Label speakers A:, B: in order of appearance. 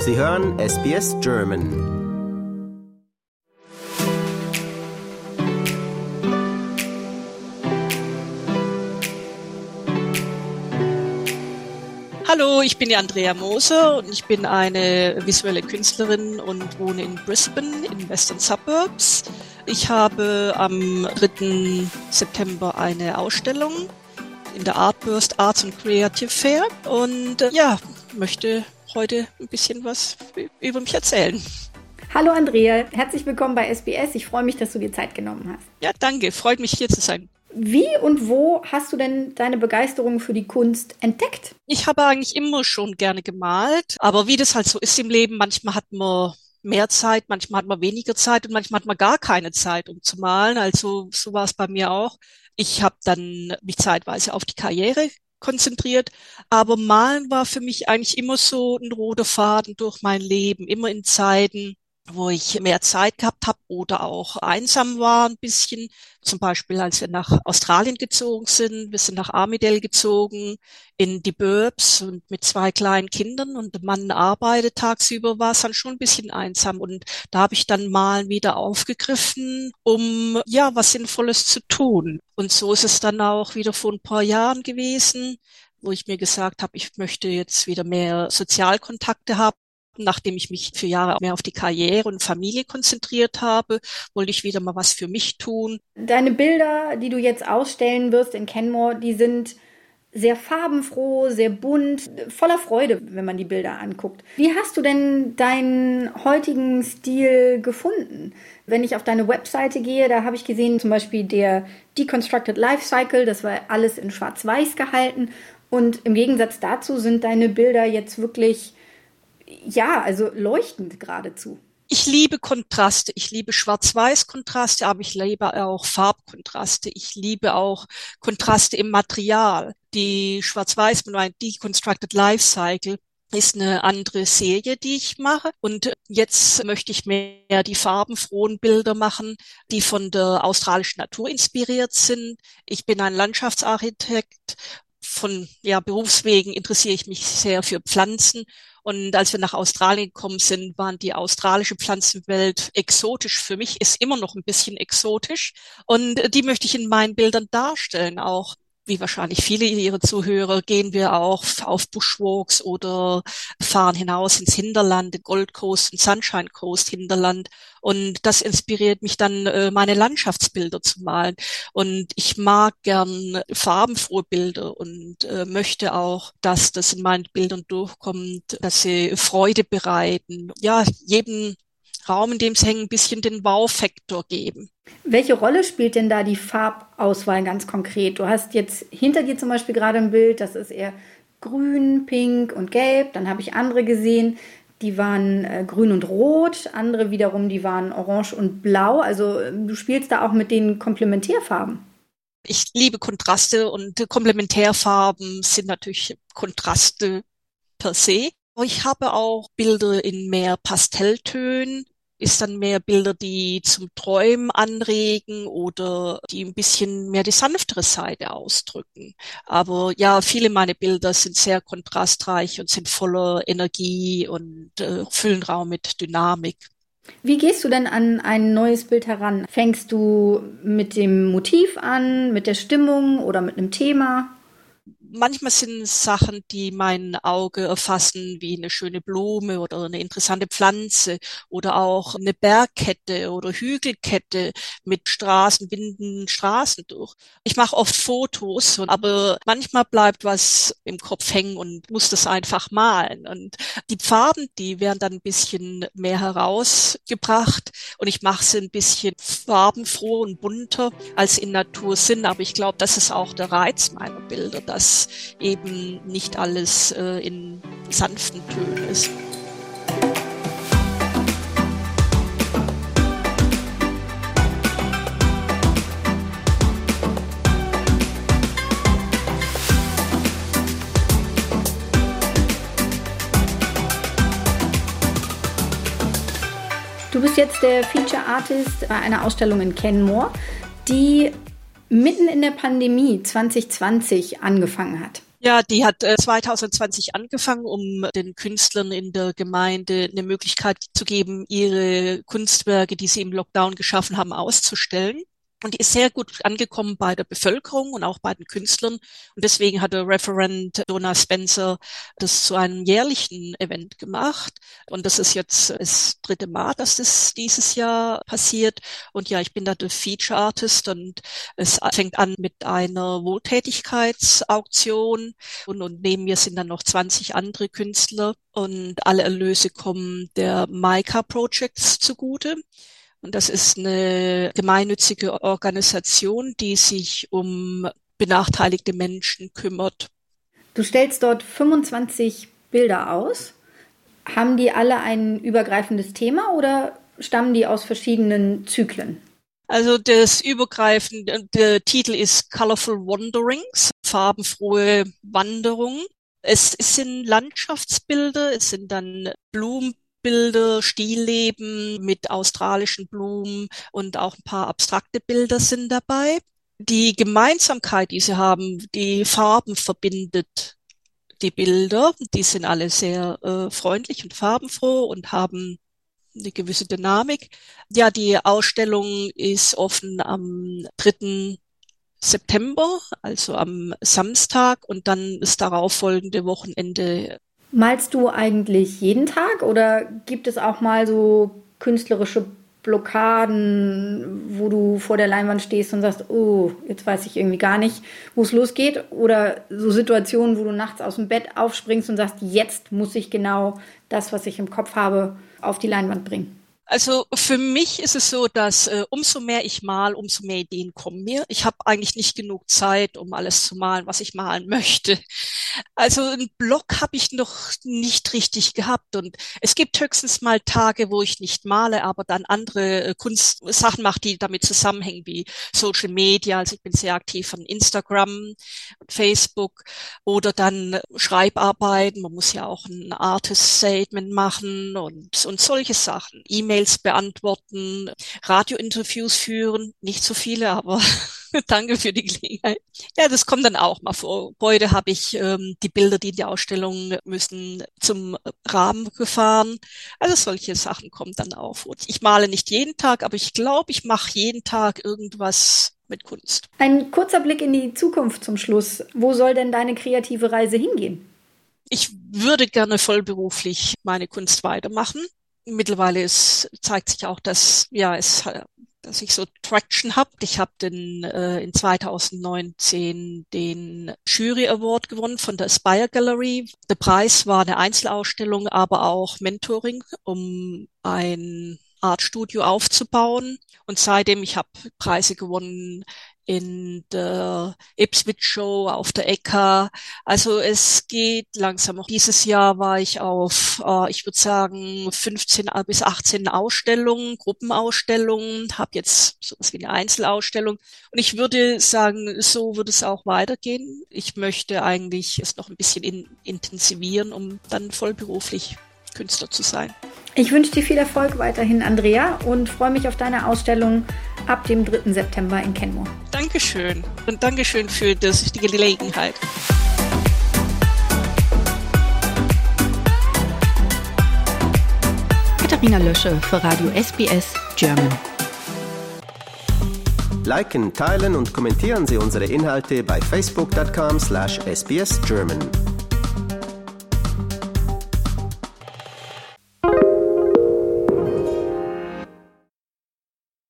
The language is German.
A: Sie hören SBS German.
B: Hallo, ich bin die Andrea Moser und ich bin eine visuelle Künstlerin und wohne in Brisbane in Western Suburbs. Ich habe am 3. September eine Ausstellung in der Artburst Arts and Creative Fair und möchte heute ein bisschen was über mich erzählen.
C: Hallo Andrea, herzlich willkommen bei SBS. Ich freue mich, dass du dir Zeit genommen hast.
B: Ja, danke, freut mich hier zu sein.
C: Wie und wo hast du denn deine Begeisterung für die Kunst entdeckt?
B: Ich habe eigentlich immer schon gerne gemalt, aber wie das halt so ist im Leben, manchmal hat man mehr Zeit, manchmal hat man weniger Zeit und manchmal hat man gar keine Zeit, um zu malen. Also so war es bei mir auch. Ich habe dann mich zeitweise auf die Karriere konzentriert, aber Malen war für mich eigentlich immer so ein roter Faden durch mein Leben, immer in Zeiten, wo ich mehr Zeit gehabt habe oder auch einsam war ein bisschen. Zum Beispiel, als wir nach Australien gezogen sind. Wir sind nach Armidale gezogen, in die Burbs und mit 2 kleinen Kindern und der Mann arbeitet tagsüber, war es dann schon ein bisschen einsam. Und da habe ich dann Malen wieder aufgegriffen, um was Sinnvolles zu tun. Und so ist es dann auch wieder vor ein paar Jahren gewesen, wo ich mir gesagt habe, ich möchte jetzt wieder mehr Sozialkontakte haben. Nachdem ich mich für Jahre mehr auf die Karriere und Familie konzentriert habe, wollte ich wieder mal was für mich tun.
C: Deine Bilder, die du jetzt ausstellen wirst in Kenmore, die sind sehr farbenfroh, sehr bunt, voller Freude, wenn man die Bilder anguckt. Wie hast du denn deinen heutigen Stil gefunden? Wenn ich auf deine Webseite gehe, da habe ich gesehen, zum Beispiel der Deconstructed Life Cycle, das war alles in Schwarz-Weiß gehalten. Und im Gegensatz dazu sind deine Bilder jetzt wirklich also leuchtend geradezu.
B: Ich liebe Kontraste. Ich liebe Schwarz-Weiß-Kontraste, aber ich liebe auch Farbkontraste. Ich liebe auch Kontraste im Material. Die Schwarz-Weiß, Deconstructed Life Cycle, ist eine andere Serie, die ich mache. Und jetzt möchte ich mehr die farbenfrohen Bilder machen, die von der australischen Natur inspiriert sind. Ich bin ein Landschaftsarchitekt. Von Berufswegen interessiere ich mich sehr für Pflanzen. Und als wir nach Australien gekommen sind, waren die australische Pflanzenwelt exotisch. Für mich ist immer noch ein bisschen exotisch. Und die möchte ich in meinen Bildern darstellen. Auch wie wahrscheinlich viele ihrer Zuhörer gehen wir auch auf Bushwalks oder fahren hinaus ins Hinterland, Gold Coast und Sunshine Coast Hinterland. Und das inspiriert mich dann, meine Landschaftsbilder zu malen. Und ich mag gern farbenfrohe Bilder und möchte auch, dass das in meinen Bildern durchkommt, dass sie Freude bereiten. Ja, jedem Raum, in dem sie hängen, ein bisschen den Wow-Faktor geben.
C: Welche Rolle spielt denn da die Farbauswahl ganz konkret? Du hast jetzt hinter dir zum Beispiel gerade ein Bild, das ist eher grün, pink und gelb. Dann habe ich andere gesehen, die waren grün und rot. Andere wiederum, die waren orange und blau. Also du spielst da auch mit den Komplementärfarben.
B: Ich liebe Kontraste und Komplementärfarben sind natürlich Kontraste per se. Ich habe auch Bilder in mehr Pastelltönen. Ist dann mehr Bilder, die zum Träumen anregen oder die ein bisschen mehr die sanftere Seite ausdrücken. Aber ja, viele meiner Bilder sind sehr kontrastreich und sind voller Energie und füllen Raum mit Dynamik.
C: Wie gehst du denn an ein neues Bild heran? Fängst du mit dem Motiv an, mit der Stimmung oder mit einem Thema?
B: Manchmal sind es Sachen, die mein Auge erfassen, wie eine schöne Blume oder eine interessante Pflanze oder auch eine Bergkette oder Hügelkette mit Straßen, windenden Straßen durch. Ich mache oft Fotos, aber manchmal bleibt was im Kopf hängen und muss das einfach malen. Und die Farben, die werden dann ein bisschen mehr herausgebracht und ich mache sie ein bisschen farbenfroh und bunter, als in Natur sind. Aber ich glaube, das ist auch der Reiz meiner Bilder, dass eben nicht alles in sanften Tönen ist.
C: Du bist jetzt der Feature Artist bei einer Ausstellung in Kenmore, die mitten in der Pandemie 2020 angefangen hat.
B: Ja, die hat 2020 angefangen, um den Künstlern in der Gemeinde eine Möglichkeit zu geben, ihre Kunstwerke, die sie im Lockdown geschaffen haben, auszustellen. Und die ist sehr gut angekommen bei der Bevölkerung und auch bei den Künstlern. Und deswegen hat der Reverend Donna Spencer das zu einem jährlichen Event gemacht. Und das ist jetzt das 3. Mal, dass das dieses Jahr passiert. Und ja, ich bin da der Feature Artist und es fängt an mit einer Wohltätigkeitsauktion. Und neben mir sind dann noch 20 andere Künstler. Und alle Erlöse kommen der Mica Projects zugute. Und das ist eine gemeinnützige Organisation, die sich um benachteiligte Menschen kümmert.
C: Du stellst dort 25 Bilder aus. Haben die alle ein übergreifendes Thema oder stammen die aus verschiedenen Zyklen?
B: Also das übergreifende Titel ist Colorful Wanderings, farbenfrohe Wanderung. Es sind Landschaftsbilder, es sind dann Blumenbilder, Stillleben mit australischen Blumen und auch ein paar abstrakte Bilder sind dabei. Die Gemeinsamkeit, die sie haben, die Farben verbindet die Bilder. Die sind alle sehr freundlich und farbenfroh und haben eine gewisse Dynamik. Ja, die Ausstellung ist offen am 3. September, also am Samstag und dann das darauffolgende Wochenende.
C: Malst du eigentlich jeden Tag oder gibt es auch mal so künstlerische Blockaden, wo du vor der Leinwand stehst und sagst, oh, jetzt weiß ich irgendwie gar nicht, wo es losgeht? Oder so Situationen, wo du nachts aus dem Bett aufspringst und sagst, jetzt muss ich genau das, was ich im Kopf habe, auf die Leinwand bringen?
B: Also für mich ist es so, dass umso mehr ich mal, umso mehr Ideen kommen mir. Ich habe eigentlich nicht genug Zeit, um alles zu malen, was ich malen möchte. Also einen Block habe ich noch nicht richtig gehabt und es gibt höchstens mal Tage, wo ich nicht male, aber dann andere Kunstsachen mache, die damit zusammenhängen, wie Social Media. Also ich bin sehr aktiv an Instagram und Facebook oder dann Schreibarbeiten. Man muss ja auch ein Artist Statement machen und solche Sachen. E-Mails beantworten, Radiointerviews führen, nicht so viele, aber danke für die Gelegenheit. Ja, das kommt dann auch mal vor. Heute habe ich die Bilder, die in die Ausstellung müssen, zum Rahmen gefahren. Also solche Sachen kommen dann auch vor. Ich male nicht jeden Tag, aber ich glaube, ich mache jeden Tag irgendwas mit Kunst.
C: Ein kurzer Blick in die Zukunft zum Schluss. Wo soll denn deine kreative Reise hingehen?
B: Ich würde gerne vollberuflich meine Kunst weitermachen. Mittlerweile zeigt sich auch, dass ich so Traction habe. Ich habe in 2019 den Jury Award gewonnen von der Aspire Gallery. Der Preis war eine Einzelausstellung, aber auch Mentoring, um ein Artstudio aufzubauen. Und seitdem, ich habe Preise gewonnen in der Ipswich Show, auf der ECCA. Also es geht langsam. Auch dieses Jahr war ich auf, ich würde sagen, 15 bis 18 Ausstellungen, Gruppenausstellungen, habe jetzt sowas wie eine Einzelausstellung. Und ich würde sagen, so wird es auch weitergehen. Ich möchte eigentlich es noch ein bisschen intensivieren, um dann vollberuflich Künstler zu sein.
C: Ich wünsche dir viel Erfolg weiterhin, Andrea, und freue mich auf deine Ausstellung ab dem 3. September in Kenmore.
B: Dankeschön und Dankeschön für die Gelegenheit.
D: Katharina Lösche für Radio SBS German.
A: Liken, teilen und kommentieren Sie unsere Inhalte bei facebook.com/sbsgerman.